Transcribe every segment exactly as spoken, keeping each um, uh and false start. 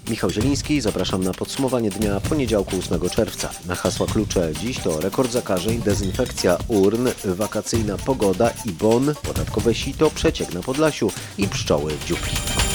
Michał Zieliński, zapraszam na podsumowanie dnia poniedziałku ósmego czerwca. Na hasła klucze dziś to rekord zakażeń, dezynfekcja urn, wakacyjna pogoda i bon, podatkowe sito, przeciek na Podlasiu i pszczoły w dziupli.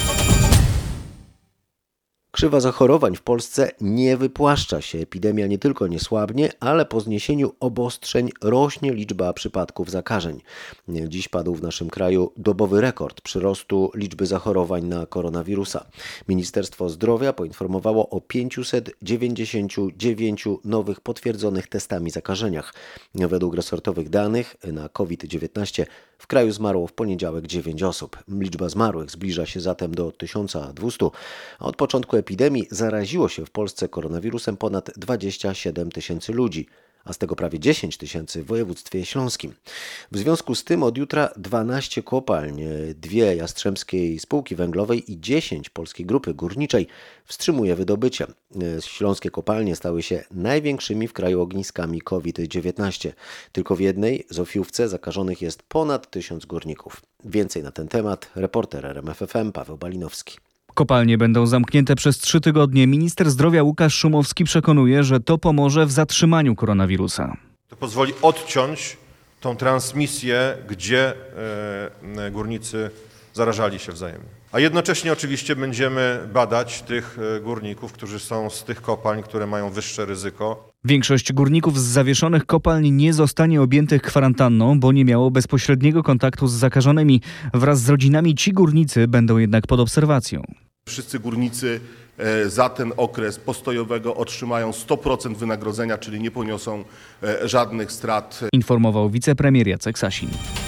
Krzywa zachorowań w Polsce nie wypłaszcza się. Epidemia nie tylko nie słabnie, ale po zniesieniu obostrzeń rośnie liczba przypadków zakażeń. Dziś padł w naszym kraju dobowy rekord przyrostu liczby zachorowań na koronawirusa. Ministerstwo Zdrowia poinformowało o pięćset dziewięćdziesiąt dziewięć nowych potwierdzonych testami zakażeniach. Według resortowych danych na kowid dziewiętnaście w kraju zmarło w poniedziałek dziewięć osób. Liczba zmarłych zbliża się zatem do tysiąc dwieście, a od początku epidemii zaraziło się w Polsce koronawirusem ponad dwadzieścia siedem tysięcy ludzi, a z tego prawie dziesięć tysięcy w województwie śląskim. W związku z tym od jutra dwanaście kopalń, dwie Jastrzębskiej Spółki Węglowej i dziesięć Polskiej Grupy Górniczej wstrzymuje wydobycie. Śląskie kopalnie stały się największymi w kraju ogniskami kowid dziewiętnaście. Tylko w jednej, Zofiówce, zakażonych jest ponad tysiąc górników. Więcej na ten temat reporter R M F F M Paweł Balinowski. Kopalnie będą zamknięte przez trzy tygodnie. Minister zdrowia Łukasz Szumowski przekonuje, że to pomoże w zatrzymaniu koronawirusa. To pozwoli odciąć tą transmisję, gdzie e, górnicy zarażali się wzajemnie. A jednocześnie oczywiście będziemy badać tych górników, którzy są z tych kopalń, które mają wyższe ryzyko. Większość górników z zawieszonych kopalń nie zostanie objętych kwarantanną, bo nie miało bezpośredniego kontaktu z zakażonymi. Wraz z rodzinami ci górnicy będą jednak pod obserwacją. Wszyscy górnicy za ten okres postojowego otrzymają sto procent wynagrodzenia, czyli nie poniosą żadnych strat. Informował wicepremier Jacek Sasin.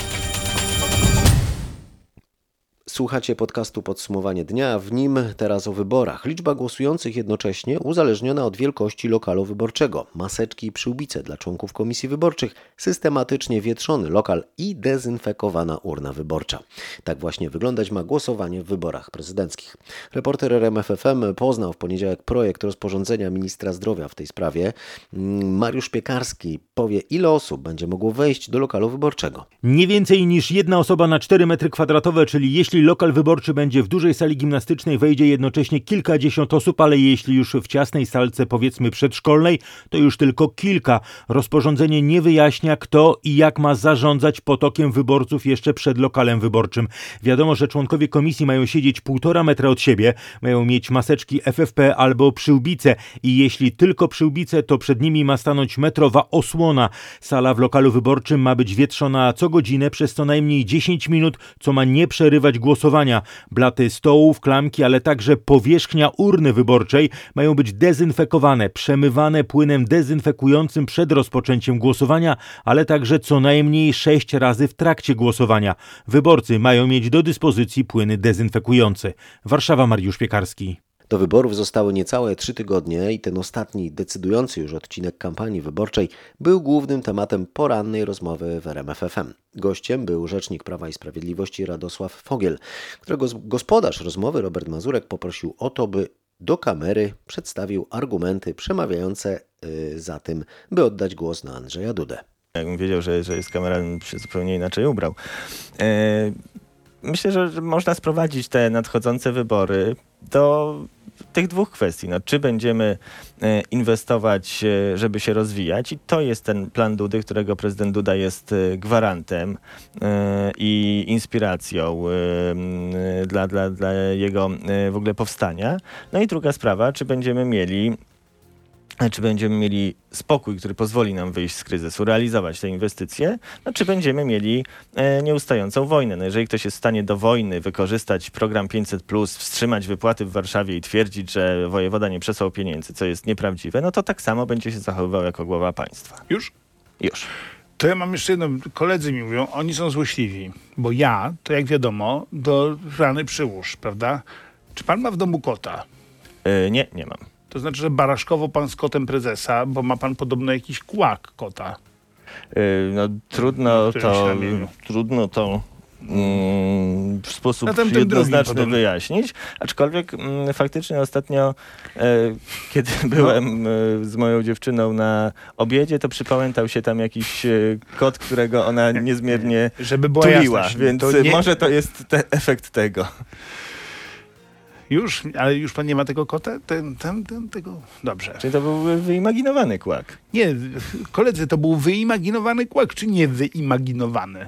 Słuchacie podcastu Podsumowanie Dnia, w nim teraz o wyborach. Liczba głosujących jednocześnie uzależniona od wielkości lokalu wyborczego. Maseczki i przyłbice dla członków komisji wyborczych, systematycznie wietrzony lokal i dezynfekowana urna wyborcza. Tak właśnie wyglądać ma głosowanie w wyborach prezydenckich. Reporter R M F F M poznał w poniedziałek projekt rozporządzenia ministra zdrowia w tej sprawie. Mariusz Piekarski powie, ile osób będzie mogło wejść do lokalu wyborczego. Nie więcej niż jedna osoba na cztery metry kwadratowe, czyli jeśli lokal wyborczy będzie w dużej sali gimnastycznej, wejdzie jednocześnie kilkadziesiąt osób, ale jeśli już w ciasnej salce, powiedzmy przedszkolnej, to już tylko kilka. Rozporządzenie nie wyjaśnia, kto i jak ma zarządzać potokiem wyborców jeszcze przed lokalem wyborczym. Wiadomo, że członkowie komisji mają siedzieć półtora metra od siebie, mają mieć maseczki F F P albo przyłbice i jeśli tylko przyłbice, to przed nimi ma stanąć metrowa osłona. Sala w lokalu wyborczym ma być wietrzona co godzinę przez co najmniej dziesięć minut, co ma nie przerywać głosowania. Blaty stołów, klamki, ale także powierzchnia urny wyborczej mają być dezynfekowane, przemywane płynem dezynfekującym przed rozpoczęciem głosowania, ale także co najmniej sześć razy w trakcie głosowania. Wyborcy mają mieć do dyspozycji płyny dezynfekujące. Warszawa, Mariusz Piekarski. Do wyborów zostały niecałe trzy tygodnie i ten ostatni, decydujący już odcinek kampanii wyborczej był głównym tematem porannej rozmowy w R M F F M. Gościem był rzecznik Prawa i Sprawiedliwości Radosław Fogiel, którego gospodarz rozmowy Robert Mazurek poprosił o to, by do kamery przedstawił argumenty przemawiające yy, za tym, by oddać głos na Andrzeja Dudę. Jakbym wiedział, że, że jest kamera, bym się zupełnie inaczej ubrał. E, myślę, że można sprowadzić te nadchodzące wybory do tych dwóch kwestii. No, czy będziemy e, inwestować, e, żeby się rozwijać, i to jest ten plan Dudy, którego prezydent Duda jest e, gwarantem e, i inspiracją e, dla, dla, dla jego e, w ogóle powstania. No i druga sprawa, czy będziemy mieli czy będziemy mieli spokój, który pozwoli nam wyjść z kryzysu, realizować te inwestycje, no czy będziemy mieli e, nieustającą wojnę. No jeżeli ktoś jest w stanie do wojny wykorzystać program pięćset plus, wstrzymać wypłaty w Warszawie i twierdzić, że wojewoda nie przesłał pieniędzy, co jest nieprawdziwe, no to tak samo będzie się zachowywał jako głowa państwa. Już? Już. To ja mam jeszcze jedno. Koledzy mi mówią, oni są złośliwi, bo ja, to jak wiadomo, do rany przyłóż, prawda? Czy pan ma w domu kota? E, nie, nie mam. To znaczy, że baraszkowo pan z kotem prezesa, bo ma pan podobno jakiś kłak kota. Yy, no trudno to, ramieniu. trudno to mm, w sposób Zatem ten jednoznaczny drugi wyjaśnić, aczkolwiek mm, faktycznie ostatnio, e, kiedy byłem no. e, z moją dziewczyną na obiedzie, to przypamiętał się tam jakiś e, kot, którego ona niezmiernie Żeby była tuliła, jasność, więc to nie... może to jest te, efekt tego. Już? Ale już pan nie ma tego kota? Ten, ten, ten, tego... Dobrze. Czyli to był wyimaginowany kłak. Nie, koledzy, to był wyimaginowany kłak, czy nie wyimaginowany?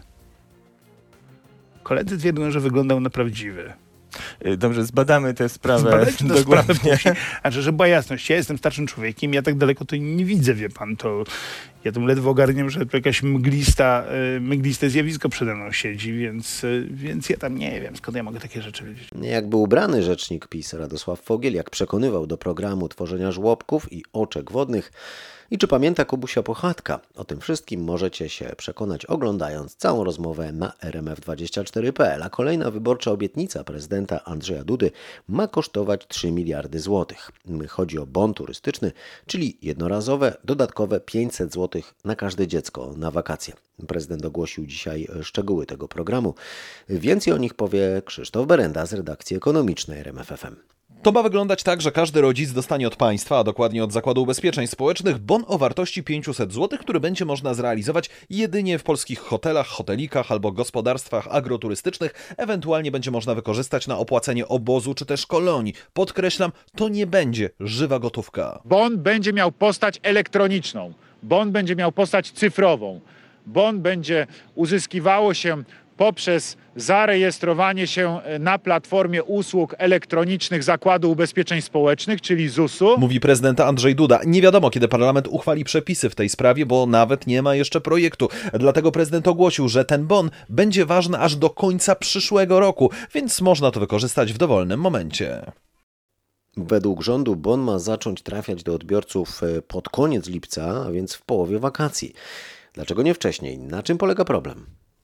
Koledzy twierdzą, że wyglądał na prawdziwy. Dobrze, zbadamy tę sprawę Zbadajcie tę sprawę dogłębnie. później. Znaczy, żeby była jasność, ja jestem starszym człowiekiem, ja tak daleko to nie widzę, wie pan, to ja tam ledwo ogarniam, że to jakaś mglista, y, mgliste zjawisko przede mną siedzi, więc, y, więc ja tam nie wiem, skąd ja mogę takie rzeczy wiedzieć. Jakby ubrany rzecznik PiS Radosław Fogiel, jak przekonywał do programu tworzenia żłobków i oczek wodnych. I czy pamięta Kubusia Puchatka? O tym wszystkim możecie się przekonać oglądając całą rozmowę na R M F dwadzieścia cztery kropka p l. A kolejna wyborcza obietnica prezydenta Andrzeja Dudy ma kosztować trzy miliardy złotych. Chodzi o bon turystyczny, czyli jednorazowe, dodatkowe pięćset złotych na każde dziecko na wakacje. Prezydent ogłosił dzisiaj szczegóły tego programu. Więcej o nich powie Krzysztof Berenda z redakcji ekonomicznej R M F F M. To ma wyglądać tak, że każdy rodzic dostanie od państwa, a dokładnie od Zakładu Ubezpieczeń Społecznych, bon o wartości pięćset złotych, który będzie można zrealizować jedynie w polskich hotelach, hotelikach albo gospodarstwach agroturystycznych. Ewentualnie będzie można wykorzystać na opłacenie obozu czy też kolonii. Podkreślam, to nie będzie żywa gotówka. Bon będzie miał postać elektroniczną, bon będzie miał postać cyfrową, bon będzie uzyskiwało się poprzez zarejestrowanie się na platformie usług elektronicznych Zakładu Ubezpieczeń Społecznych, czyli zusu. Mówi prezydent Andrzej Duda. Nie wiadomo, kiedy parlament uchwali przepisy w tej sprawie, bo nawet nie ma jeszcze projektu. Dlatego prezydent ogłosił, że ten bon będzie ważny aż do końca przyszłego roku, więc można to wykorzystać w dowolnym momencie. Według rządu bon ma zacząć trafiać do odbiorców pod koniec lipca, a więc w połowie wakacji. Dlaczego nie wcześniej? Na czym polega problem?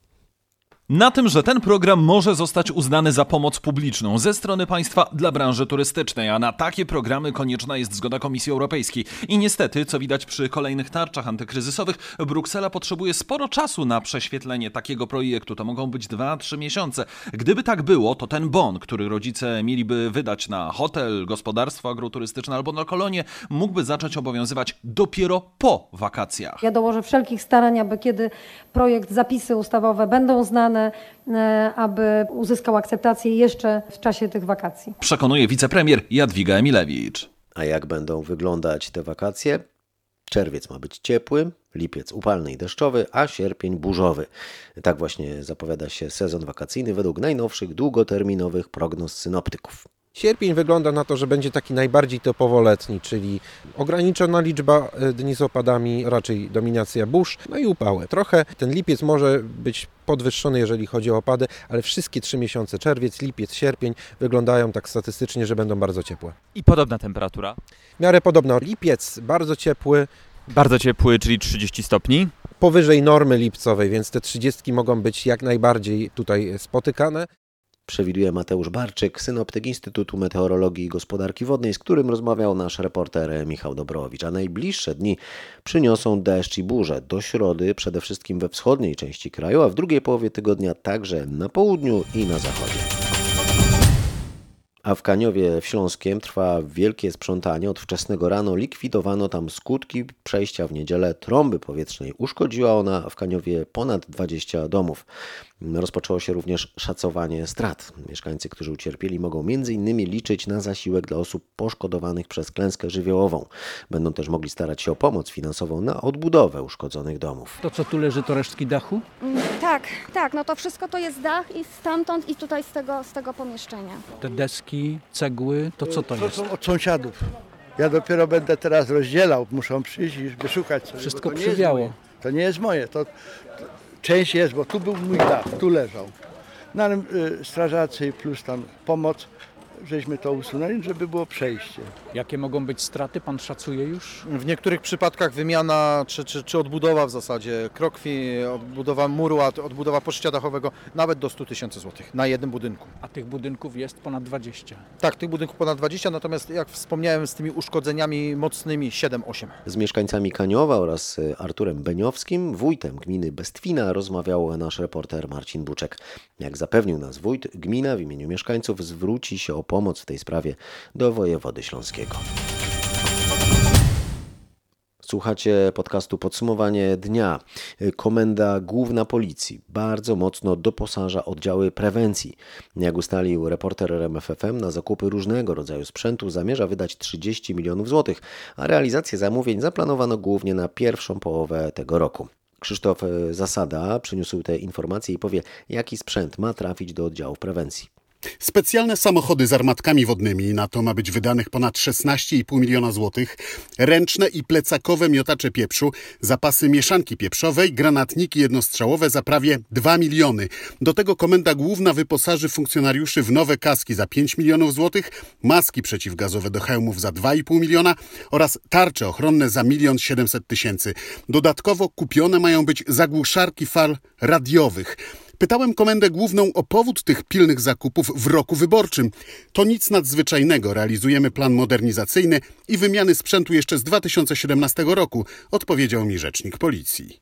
Na tym, że ten program może zostać uznany za pomoc publiczną ze strony państwa dla branży turystycznej, a na takie programy konieczna jest zgoda Komisji Europejskiej. I niestety, co widać przy kolejnych tarczach antykryzysowych, Bruksela potrzebuje sporo czasu na prześwietlenie takiego projektu. To mogą być dwa trzy miesiące. Gdyby tak było, to ten bon, który rodzice mieliby wydać na hotel, gospodarstwo agroturystyczne albo na kolonie, mógłby zacząć obowiązywać dopiero po wakacjach. Ja dołożę wszelkich starań, aby kiedy projekt, zapisy ustawowe będą znane, aby uzyskał akceptację jeszcze w czasie tych wakacji. Przekonuje wicepremier Jadwiga Emilewicz. A jak będą wyglądać te wakacje? Czerwiec ma być ciepły, lipiec upalny i deszczowy, a sierpień burzowy. Tak właśnie zapowiada się sezon wakacyjny według najnowszych długoterminowych prognoz synoptyków. Sierpień wygląda na to, że będzie taki najbardziej topowo letni, czyli ograniczona liczba dni z opadami, raczej dominacja burz, no i upały. Trochę ten lipiec może być podwyższony, jeżeli chodzi o opady, ale wszystkie trzy miesiące, czerwiec, lipiec, sierpień, wyglądają tak statystycznie, że będą bardzo ciepłe. I podobna temperatura? W miarę podobna. Lipiec bardzo ciepły. Bardzo ciepły, czyli trzydzieści stopni. Powyżej normy lipcowej, więc te trzydziestki mogą być jak najbardziej tutaj spotykane. Przewiduje Mateusz Barczyk, synoptyk Instytutu Meteorologii i Gospodarki Wodnej, z którym rozmawiał nasz reporter Michał Dobrowicz. A najbliższe dni przyniosą deszcz i burze. Do środy przede wszystkim we wschodniej części kraju, a w drugiej połowie tygodnia także na południu i na zachodzie. A w Kaniowie w Śląskiem trwa wielkie sprzątanie. Od wczesnego rano likwidowano tam skutki przejścia w niedzielę trąby powietrznej. Uszkodziła ona w Kaniowie ponad dwadzieścia domów. Rozpoczęło się również szacowanie strat. Mieszkańcy, którzy ucierpieli, mogą między innymi liczyć na zasiłek dla osób poszkodowanych przez klęskę żywiołową. Będą też mogli starać się o pomoc finansową na odbudowę uszkodzonych domów. To, co tu leży, to resztki dachu? Tak, tak, no to wszystko to jest dach i stamtąd i tutaj z tego, z tego pomieszczenia. Te deski, cegły, to co to, to jest? To są od sąsiadów. Ja dopiero będę teraz rozdzielał, muszą przyjść i wyszukać sobie. Wszystko to przywiało. To nie jest moje, to, to część jest, bo tu był mój dach, tu leżał. No ale y, strażacy plus tam pomoc, żeśmy to usunęli, żeby było przejście. Jakie mogą być straty, pan szacuje już? W niektórych przypadkach wymiana czy, czy, czy odbudowa w zasadzie krokwi, odbudowa muru, odbudowa poszcia dachowego nawet do stu tysięcy złotych na jednym budynku. A tych budynków jest ponad dwadzieścia? Tak, tych budynków ponad dwadzieścia, natomiast jak wspomniałem z tymi uszkodzeniami mocnymi siedem osiem. Z mieszkańcami Kaniowa oraz Arturem Beniowskim, wójtem gminy Bestwina, rozmawiał nasz reporter Marcin Buczek. Jak zapewnił nas wójt, gmina w imieniu mieszkańców zwróci się o pomoc w tej sprawie do wojewody śląskiego. Słuchacie podcastu Podsumowanie dnia. Komenda Główna Policji bardzo mocno doposaża oddziały prewencji. Jak ustalił reporter R M F F M, na zakupy różnego rodzaju sprzętu zamierza wydać trzydzieści milionów złotych, a realizację zamówień zaplanowano głównie na pierwszą połowę tego roku. Krzysztof Zasada przyniósł te informacje i powie, jaki sprzęt ma trafić do oddziałów prewencji. Specjalne samochody z armatkami wodnymi, na to ma być wydanych ponad szesnaście i pół miliona złotych, ręczne i plecakowe miotacze pieprzu, zapasy mieszanki pieprzowej, granatniki jednostrzałowe za prawie dwa miliony. Do tego Komenda Główna wyposaży funkcjonariuszy w nowe kaski za pięć milionów złotych, maski przeciwgazowe do hełmów za dwa i pół miliona oraz tarcze ochronne za milion siedemset tysięcy. Dodatkowo kupione mają być zagłuszarki fal radiowych. Pytałem Komendę Główną o powód tych pilnych zakupów w roku wyborczym. To nic nadzwyczajnego. Realizujemy plan modernizacyjny i wymiany sprzętu jeszcze z dwa tysiące siedemnastego roku, odpowiedział mi rzecznik policji.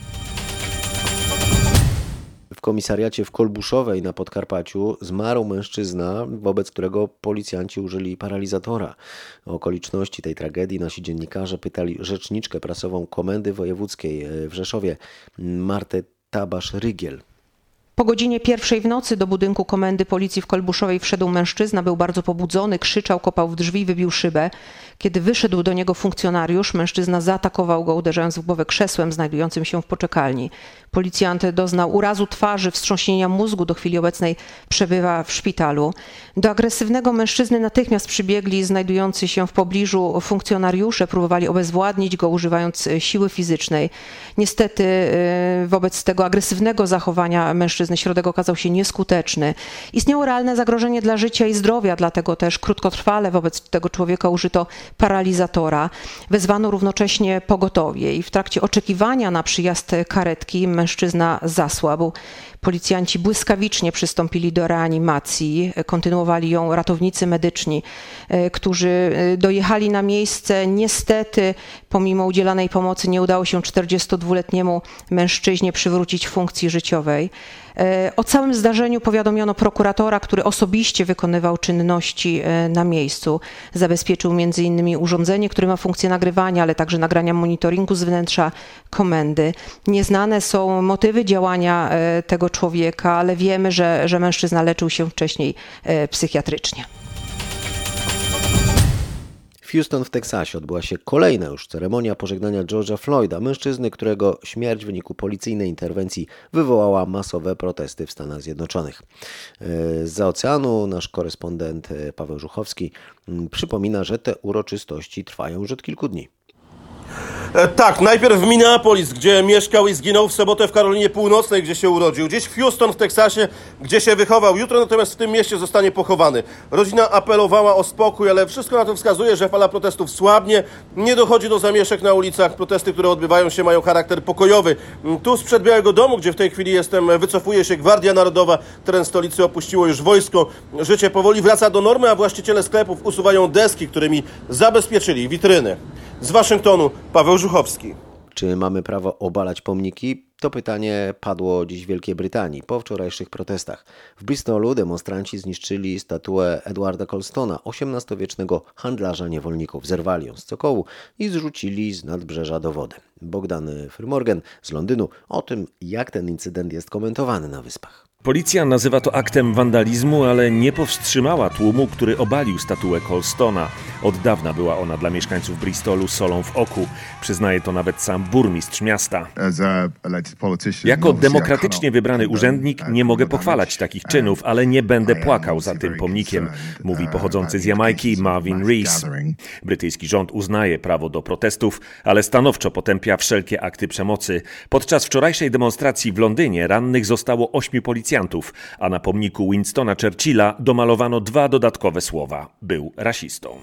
W komisariacie w Kolbuszowej na Podkarpaciu zmarł mężczyzna, wobec którego policjanci użyli paralizatora. O okoliczności tej tragedii nasi dziennikarze pytali rzeczniczkę prasową Komendy Wojewódzkiej w Rzeszowie, Martę Tabasz-Rygiel. Po godzinie pierwszej w nocy do budynku Komendy Policji w Kolbuszowej wszedł mężczyzna, był bardzo pobudzony, krzyczał, kopał w drzwi, wybił szybę. Kiedy wyszedł do niego funkcjonariusz, mężczyzna zaatakował go, uderzając w głowę krzesłem znajdującym się w poczekalni. Policjant doznał urazu twarzy, wstrząśnienia mózgu, do chwili obecnej przebywa w szpitalu. Do agresywnego mężczyzny natychmiast przybiegli znajdujący się w pobliżu funkcjonariusze, próbowali obezwładnić go, używając siły fizycznej. Niestety wobec tego agresywnego zachowania mężczyzny środek okazał się nieskuteczny. Istniało realne zagrożenie dla życia i zdrowia, dlatego też krótkotrwale wobec tego człowieka użyto paralizatora. Wezwano równocześnie pogotowie i w trakcie oczekiwania na przyjazd karetki mężczyzna zasłabł. Policjanci błyskawicznie przystąpili do reanimacji, kontynuowali ją ratownicy medyczni, którzy dojechali na miejsce. Niestety, pomimo udzielanej pomocy, nie udało się czterdziestodwuletniemu mężczyźnie przywrócić funkcji życiowej. O całym zdarzeniu powiadomiono prokuratora, który osobiście wykonywał czynności na miejscu. Zabezpieczył między innymi urządzenie, które ma funkcję nagrywania, ale także nagrania monitoringu z wnętrza komendy. Nieznane są motywy działania tego człowieka, ale wiemy, że, że mężczyzna leczył się wcześniej psychiatrycznie. W Houston w Teksasie odbyła się kolejna już ceremonia pożegnania George'a Floyda, mężczyzny, którego śmierć w wyniku policyjnej interwencji wywołała masowe protesty w Stanach Zjednoczonych. Zza oceanu nasz korespondent Paweł Żuchowski przypomina, że te uroczystości trwają już od kilku dni. Tak, najpierw w Minneapolis, gdzie mieszkał i zginął, w sobotę w Karolinie Północnej, gdzie się urodził, gdzieś w Houston w Teksasie, gdzie się wychował. Jutro natomiast w tym mieście zostanie pochowany. Rodzina apelowała o spokój, ale wszystko na to wskazuje, że fala protestów słabnie, nie dochodzi do zamieszek na ulicach. Protesty, które odbywają się, mają charakter pokojowy. Tu sprzed Białego Domu, gdzie w tej chwili jestem, wycofuje się Gwardia Narodowa. Teren stolicy opuściło już wojsko. Życie powoli wraca do normy, a właściciele sklepów usuwają deski, którymi zabezpieczyli witryny. Z Waszyngtonu Paweł Żuchowski. Czy mamy prawo obalać pomniki? To pytanie padło dziś w Wielkiej Brytanii po wczorajszych protestach. W Bristolu demonstranci zniszczyli statuę Edwarda Colstona, osiemnastowiecznego handlarza niewolników. Zerwali ją z cokołu i zrzucili z nadbrzeża do wody. Bogdan Frymorgan z Londynu o tym, jak ten incydent jest komentowany na Wyspach. Policja nazywa to aktem wandalizmu, ale nie powstrzymała tłumu, który obalił statuę Colstona. Od dawna była ona dla mieszkańców Bristolu solą w oku. Przyznaje to nawet sam burmistrz miasta. Jako demokratycznie wybrany urzędnik nie mogę pochwalać takich czynów, ale nie będę płakał za tym pomnikiem, mówi pochodzący z Jamajki Marvin Rees. Brytyjski rząd uznaje prawo do protestów, ale stanowczo potępia wszelkie akty przemocy. Podczas wczorajszej demonstracji w Londynie rannych zostało ośmiu policjantów, a na pomniku Winstona Churchilla domalowano dwa dodatkowe słowa. Był rasistą.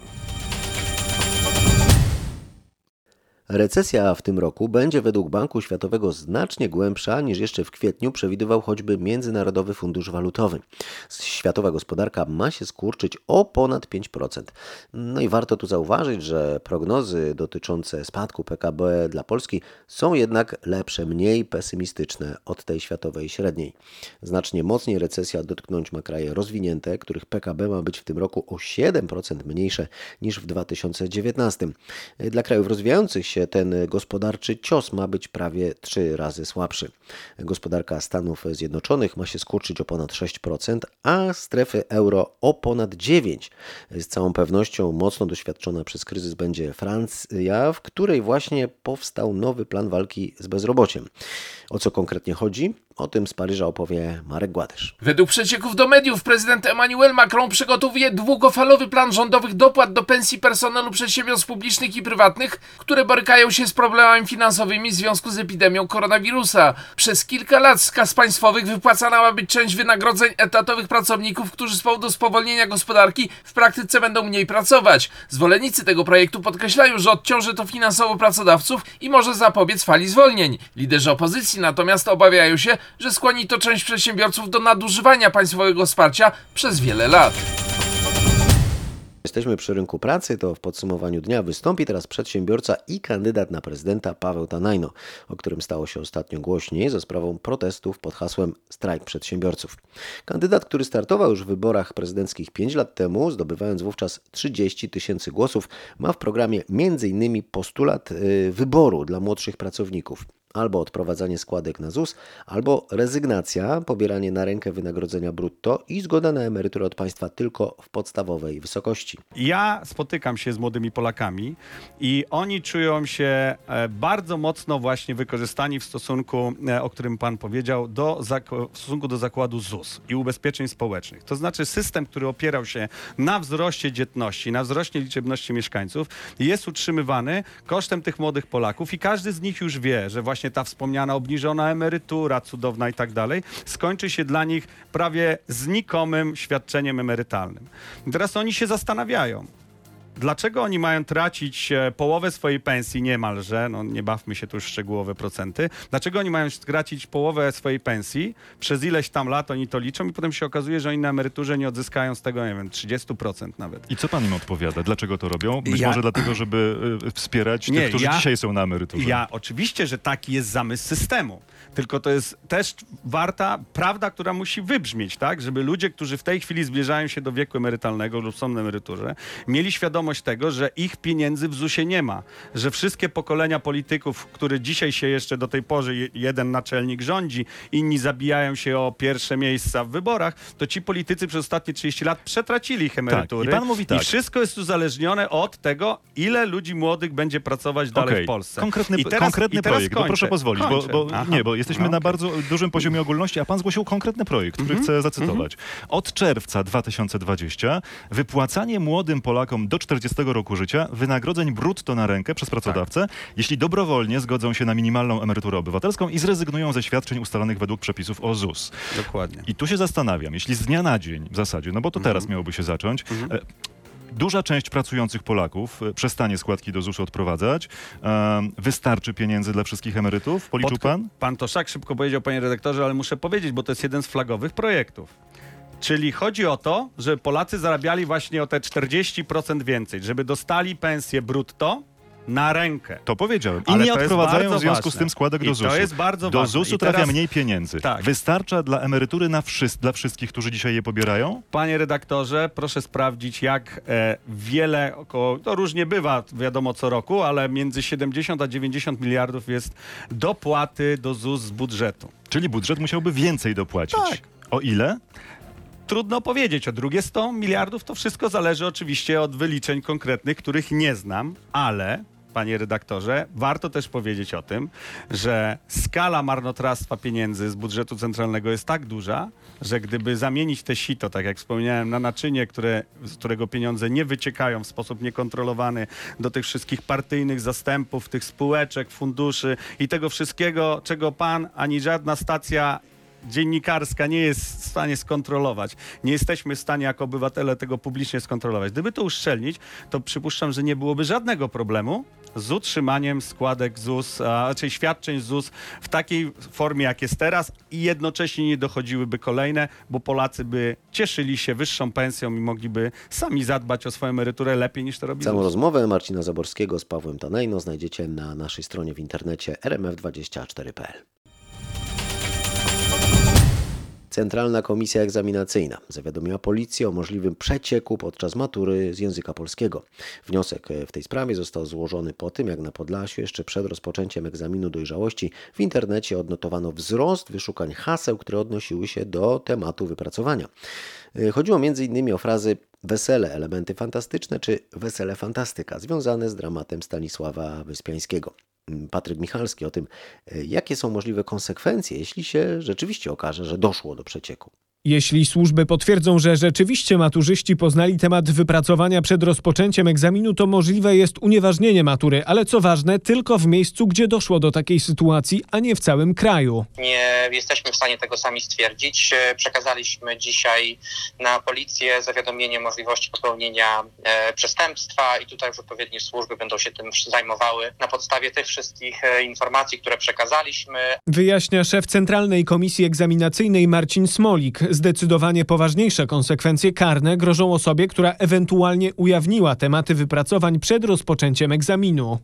Recesja w tym roku będzie według Banku Światowego znacznie głębsza niż jeszcze w kwietniu przewidywał choćby Międzynarodowy Fundusz Walutowy. Światowa gospodarka ma się skurczyć o ponad pięć procent. No i warto tu zauważyć, że prognozy dotyczące spadku P K B dla Polski są jednak lepsze, mniej pesymistyczne od tej światowej średniej. Znacznie mocniej recesja dotknąć ma kraje rozwinięte, których P K B ma być w tym roku o siedem procent mniejsze niż w dwa tysiące dziewiętnastym. Dla krajów rozwijających się się ten gospodarczy cios ma być prawie trzy razy słabszy. Gospodarka Stanów Zjednoczonych ma się skurczyć o ponad sześć procent, a strefy euro o ponad dziewięć procent. Z całą pewnością mocno doświadczona przez kryzys będzie Francja, w której właśnie powstał nowy plan walki z bezrobociem. O co konkretnie chodzi? O tym z Paryża opowie Marek Gładysz. Według przecieków do mediów prezydent Emmanuel Macron przygotowuje długofalowy plan rządowych dopłat do pensji personelu przedsiębiorstw publicznych i prywatnych, które borykają się z problemami finansowymi w związku z epidemią koronawirusa. Przez kilka lat z kas państwowych wypłacana ma być część wynagrodzeń etatowych pracowników, którzy z powodu spowolnienia gospodarki w praktyce będą mniej pracować. Zwolennicy tego projektu podkreślają, że odciąży to finansowo pracodawców i może zapobiec fali zwolnień. Liderzy opozycji natomiast obawiają się, że skłoni to część przedsiębiorców do nadużywania państwowego wsparcia przez wiele lat. Jesteśmy przy rynku pracy, to w podsumowaniu dnia wystąpi teraz przedsiębiorca i kandydat na prezydenta Paweł Tanajno, o którym stało się ostatnio głośniej za sprawą protestów pod hasłem Strajk Przedsiębiorców. Kandydat, który startował już w wyborach prezydenckich pięć lat temu, zdobywając wówczas trzydzieści tysięcy głosów, ma w programie między innymi postulat wyboru dla młodszych pracowników. Albo odprowadzanie składek na Z U S, albo rezygnacja, pobieranie na rękę wynagrodzenia brutto i zgoda na emeryturę od państwa tylko w podstawowej wysokości. Ja spotykam się z młodymi Polakami i oni czują się bardzo mocno właśnie wykorzystani w stosunku, o którym pan powiedział, do, w stosunku do zakładu Z U S i ubezpieczeń społecznych. To znaczy system, który opierał się na wzroście dzietności, na wzroście liczebności mieszkańców, jest utrzymywany kosztem tych młodych Polaków i każdy z nich już wie, że właśnie ta wspomniana obniżona emerytura cudowna i tak dalej, skończy się dla nich prawie znikomym świadczeniem emerytalnym. I teraz oni się zastanawiają, dlaczego oni mają tracić połowę swojej pensji niemalże, no nie bawmy się tu już w szczegółowe procenty, dlaczego oni mają tracić połowę swojej pensji, przez ileś tam lat oni to liczą i potem się okazuje, że oni na emeryturze nie odzyskają z tego, nie wiem, trzydzieści procent nawet. I co pan im odpowiada? Dlaczego to robią? Być Ja- może dlatego, żeby y, wspierać Nie, tych, którzy ja- dzisiaj są na emeryturze. Ja oczywiście, że taki jest zamysł systemu. Tylko to jest też warta prawda, która musi wybrzmieć, tak? Żeby ludzie, którzy w tej chwili zbliżają się do wieku emerytalnego lub są na emeryturze, mieli świadomość tego, że ich pieniędzy w Z U S ie nie ma. Że wszystkie pokolenia polityków, które dzisiaj się jeszcze do tej pory, je- jeden naczelnik rządzi, inni zabijają się o pierwsze miejsca w wyborach, to ci politycy przez ostatnie trzydzieści lat przetracili ich emerytury. i pan mówi tak. I wszystko jest uzależnione od tego, ile ludzi młodych będzie pracować dalej Okej, w Polsce. Konkretny, I teraz, konkretny i teraz projekt, bo kończę. proszę pozwolić, bo, Kończę. bo Aha. nie, bo jesteśmy No, na okej. bardzo dużym poziomie ogólności, a pan zgłosił konkretny projekt, który Mhm. chcę zacytować. Od czerwca dwa tysiące dwudziestego wypłacanie młodym Polakom do czterdziestego roku życia wynagrodzeń brutto na rękę przez pracodawcę, Tak. jeśli dobrowolnie zgodzą się na minimalną emeryturę obywatelską i zrezygnują ze świadczeń ustalonych według przepisów o Z U S. Dokładnie. I tu się zastanawiam, jeśli z dnia na dzień w zasadzie, no bo to teraz miałoby się zacząć, e, duża część pracujących Polaków e, przestanie składki do Z U S-u odprowadzać. E, wystarczy pieniędzy dla wszystkich emerytów? Policzył Podk- pan? Pan to tak szybko powiedział, panie redaktorze, ale muszę powiedzieć, bo to jest jeden z flagowych projektów. Czyli chodzi o to, żeby Polacy zarabiali właśnie o te czterdzieści procent więcej, żeby dostali pensję brutto na rękę. To powiedziałem. Ale Inni to jest odprowadzają bardzo w związku ważne. z tym składek I do to Z U S-u. jest bardzo do ważne. Z U S-u I trafia teraz- mniej pieniędzy. Tak. Wystarcza dla emerytury na wszys- dla wszystkich, którzy dzisiaj je pobierają? Panie redaktorze, proszę sprawdzić, jak e, wiele, około, to różnie bywa, wiadomo co roku, ale między siedemdziesiąt a dziewięćdziesiąt miliardów jest dopłaty do Z U S z budżetu. Czyli budżet musiałby więcej dopłacić. Tak. O ile? Trudno powiedzieć. O drugie sto miliardów to wszystko zależy oczywiście od wyliczeń konkretnych, których nie znam, ale, panie redaktorze, warto też powiedzieć o tym, że skala marnotrawstwa pieniędzy z budżetu centralnego jest tak duża, że gdyby zamienić te sito, tak jak wspomniałem, na naczynie, które, z którego pieniądze nie wyciekają w sposób niekontrolowany do tych wszystkich partyjnych zastępów, tych spółeczek, funduszy i tego wszystkiego, czego pan ani żadna stacja dziennikarska nie jest w stanie skontrolować. Nie jesteśmy w stanie jako obywatele tego publicznie skontrolować. Gdyby to uszczelnić, to przypuszczam, że nie byłoby żadnego problemu z utrzymaniem składek Z U S, a raczej świadczeń Z U S w takiej formie, jak jest teraz i jednocześnie nie dochodziłyby kolejne, bo Polacy by cieszyli się wyższą pensją i mogliby sami zadbać o swoją emeryturę lepiej niż to robi Z U Całą S. rozmowę Marcina Zaborskiego z Pawłem Tanajno znajdziecie na naszej stronie w internecie r m f dwadzieścia cztery kropka p l. Centralna Komisja Egzaminacyjna zawiadomiła policję o możliwym przecieku podczas matury z języka polskiego. Wniosek w tej sprawie został złożony po tym, jak na Podlasiu jeszcze przed rozpoczęciem egzaminu dojrzałości w internecie odnotowano wzrost wyszukań haseł, które odnosiły się do tematu wypracowania. Chodziło między innymi o frazy wesele, elementy fantastyczne czy wesele fantastyka, związane z dramatem Stanisława Wyspiańskiego. Patryk Michalski o tym, jakie są możliwe konsekwencje, jeśli się rzeczywiście okaże, że doszło do przecieku. Jeśli służby potwierdzą, że rzeczywiście maturzyści poznali temat wypracowania przed rozpoczęciem egzaminu, to możliwe jest unieważnienie matury, ale co ważne, tylko w miejscu, gdzie doszło do takiej sytuacji, a nie w całym kraju. Nie jesteśmy w stanie tego sami stwierdzić. Przekazaliśmy dzisiaj na policję zawiadomienie o możliwości popełnienia e, przestępstwa i tutaj już odpowiednie służby będą się tym zajmowały na podstawie tych wszystkich e, informacji, które przekazaliśmy. Wyjaśnia szef Centralnej Komisji Egzaminacyjnej Marcin Smolik. Zdecydowanie poważniejsze konsekwencje karne grożą osobie, która ewentualnie ujawniła tematy wypracowań przed rozpoczęciem egzaminu.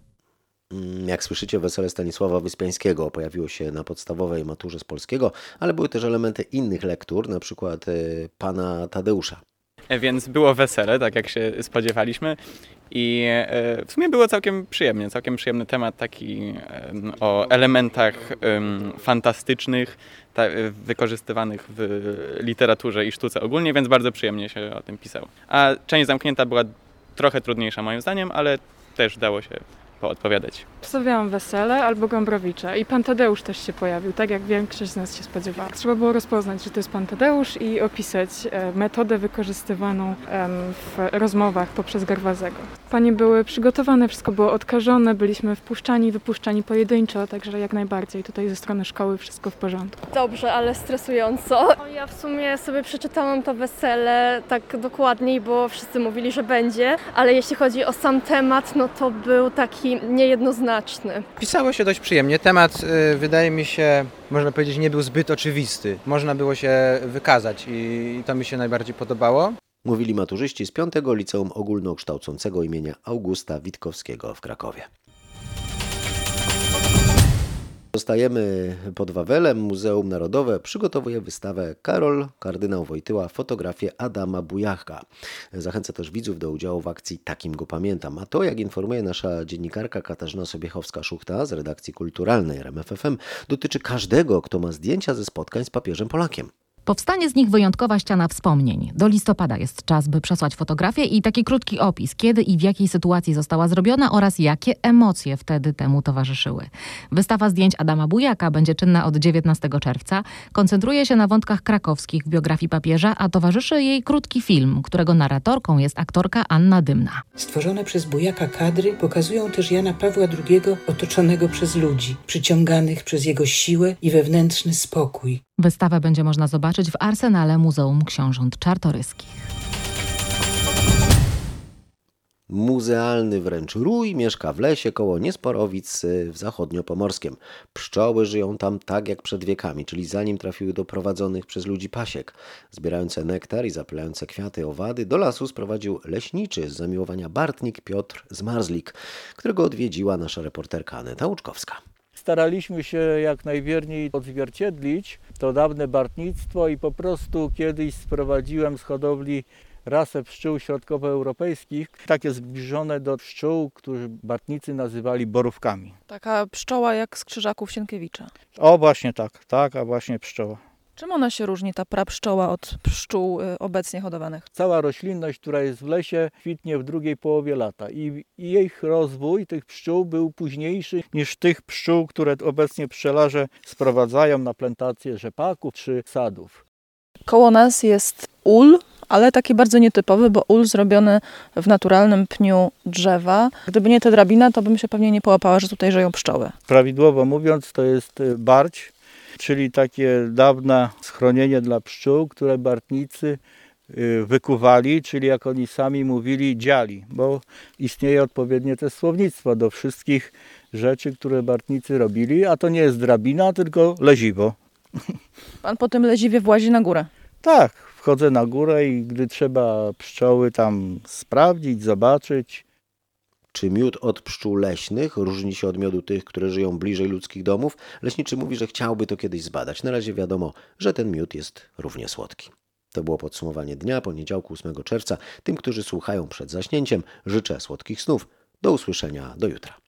Jak słyszycie, wesele Stanisława Wyspiańskiego pojawiło się na podstawowej maturze z polskiego, ale były też elementy innych lektur, na przykład y, pana Tadeusza. Więc było wesele, tak jak się spodziewaliśmy i w sumie było całkiem przyjemnie, całkiem przyjemny temat taki o elementach fantastycznych wykorzystywanych w literaturze i sztuce ogólnie, więc bardzo przyjemnie się o tym pisało. A część zamknięta była trochę trudniejsza moim zdaniem, ale też dało się poodpowiadać. Przedstawiałam Wesele albo Gombrowicza i pan Tadeusz też się pojawił, tak jak większość z nas się spodziewała. Trzeba było rozpoznać, że to jest pan Tadeusz i opisać metodę wykorzystywaną w rozmowach poprzez Gerwazego. Panie były przygotowane, wszystko było odkażone, byliśmy wpuszczani, wypuszczani pojedynczo, także jak najbardziej tutaj ze strony szkoły wszystko w porządku. Dobrze, ale stresująco. Ja w sumie sobie przeczytałam to Wesele tak dokładniej, bo wszyscy mówili, że będzie, ale jeśli chodzi o sam temat, no to był taki niejednoznaczny. Pisało się dość przyjemnie. Temat, y, wydaje mi się, można powiedzieć, nie był zbyt oczywisty. Można było się wykazać i to mi się najbardziej podobało. Mówili maturzyści z piątego Liceum Ogólnokształcącego imienia Augusta Witkowskiego w Krakowie. Zostajemy pod Wawelem. Muzeum Narodowe przygotowuje wystawę Karol Kardynał Wojtyła, fotografię Adama Bujaka. Zachęcę też widzów do udziału w akcji Takim go pamiętam. A to, jak informuje nasza dziennikarka Katarzyna Sobiechowska-Szuchta z redakcji kulturalnej R M F F M, dotyczy każdego, kto ma zdjęcia ze spotkań z papieżem Polakiem. Powstanie z nich wyjątkowa ściana wspomnień. Do listopada jest czas, by przesłać fotografię i taki krótki opis, kiedy i w jakiej sytuacji została zrobiona oraz jakie emocje wtedy temu towarzyszyły. Wystawa zdjęć Adama Bujaka będzie czynna od dziewiętnastego czerwca. Koncentruje się na wątkach krakowskich w biografii papieża, a towarzyszy jej krótki film, którego narratorką jest aktorka Anna Dymna. Stworzone przez Bujaka kadry pokazują też Jana Pawła drugiego otoczonego przez ludzi, przyciąganych przez jego siłę i wewnętrzny spokój. Wystawę będzie można zobaczyć w arsenale Muzeum Książąt Czartoryskich. Muzealny wręcz rój mieszka w lesie koło Niesporowic w Zachodniopomorskiem. Pszczoły żyją tam tak jak przed wiekami, czyli zanim trafiły do prowadzonych przez ludzi pasiek. Zbierające nektar i zapylające kwiaty owady do lasu sprowadził leśniczy z zamiłowania Bartnik Piotr Zmarzlik, którego odwiedziła nasza reporterka Aneta Łuczkowska. Staraliśmy się jak najwierniej odzwierciedlić to dawne bartnictwo i po prostu kiedyś sprowadziłem z hodowli rasę pszczół środkowoeuropejskich, takie zbliżone do pszczół, którzy bartnicy nazywali borówkami. Taka pszczoła jak z Krzyżaków Sienkiewicza. O właśnie tak, taka właśnie pszczoła. Czym ona się różni, ta prapszczoła, od pszczół obecnie hodowanych? Cała roślinność, która jest w lesie, kwitnie w drugiej połowie lata i, i jej rozwój tych pszczół był późniejszy niż tych pszczół, które obecnie pszczelarze sprowadzają na plantacje rzepaków czy sadów. Koło nas jest ul, ale taki bardzo nietypowy, bo ul zrobiony w naturalnym pniu drzewa. Gdyby nie ta drabina, to bym się pewnie nie połapała, że tutaj żyją pszczoły. Prawidłowo mówiąc, to jest barć, czyli takie dawne schronienie dla pszczół, które bartnicy wykuwali, czyli jak oni sami mówili, dziali, bo istnieje odpowiednie też słownictwo do wszystkich rzeczy, które bartnicy robili, a to nie jest drabina, tylko leziwo. Pan po tym leziwie włazi na górę? Tak, wchodzę na górę i gdy trzeba pszczoły tam sprawdzić, zobaczyć. Czy miód od pszczół leśnych różni się od miodu tych, które żyją bliżej ludzkich domów? Leśniczy mówi, że chciałby to kiedyś zbadać. Na razie wiadomo, że ten miód jest równie słodki. To było podsumowanie dnia, poniedziałku ósmego czerwca. Tym, którzy słuchają przed zaśnięciem, życzę słodkich snów. Do usłyszenia do jutra.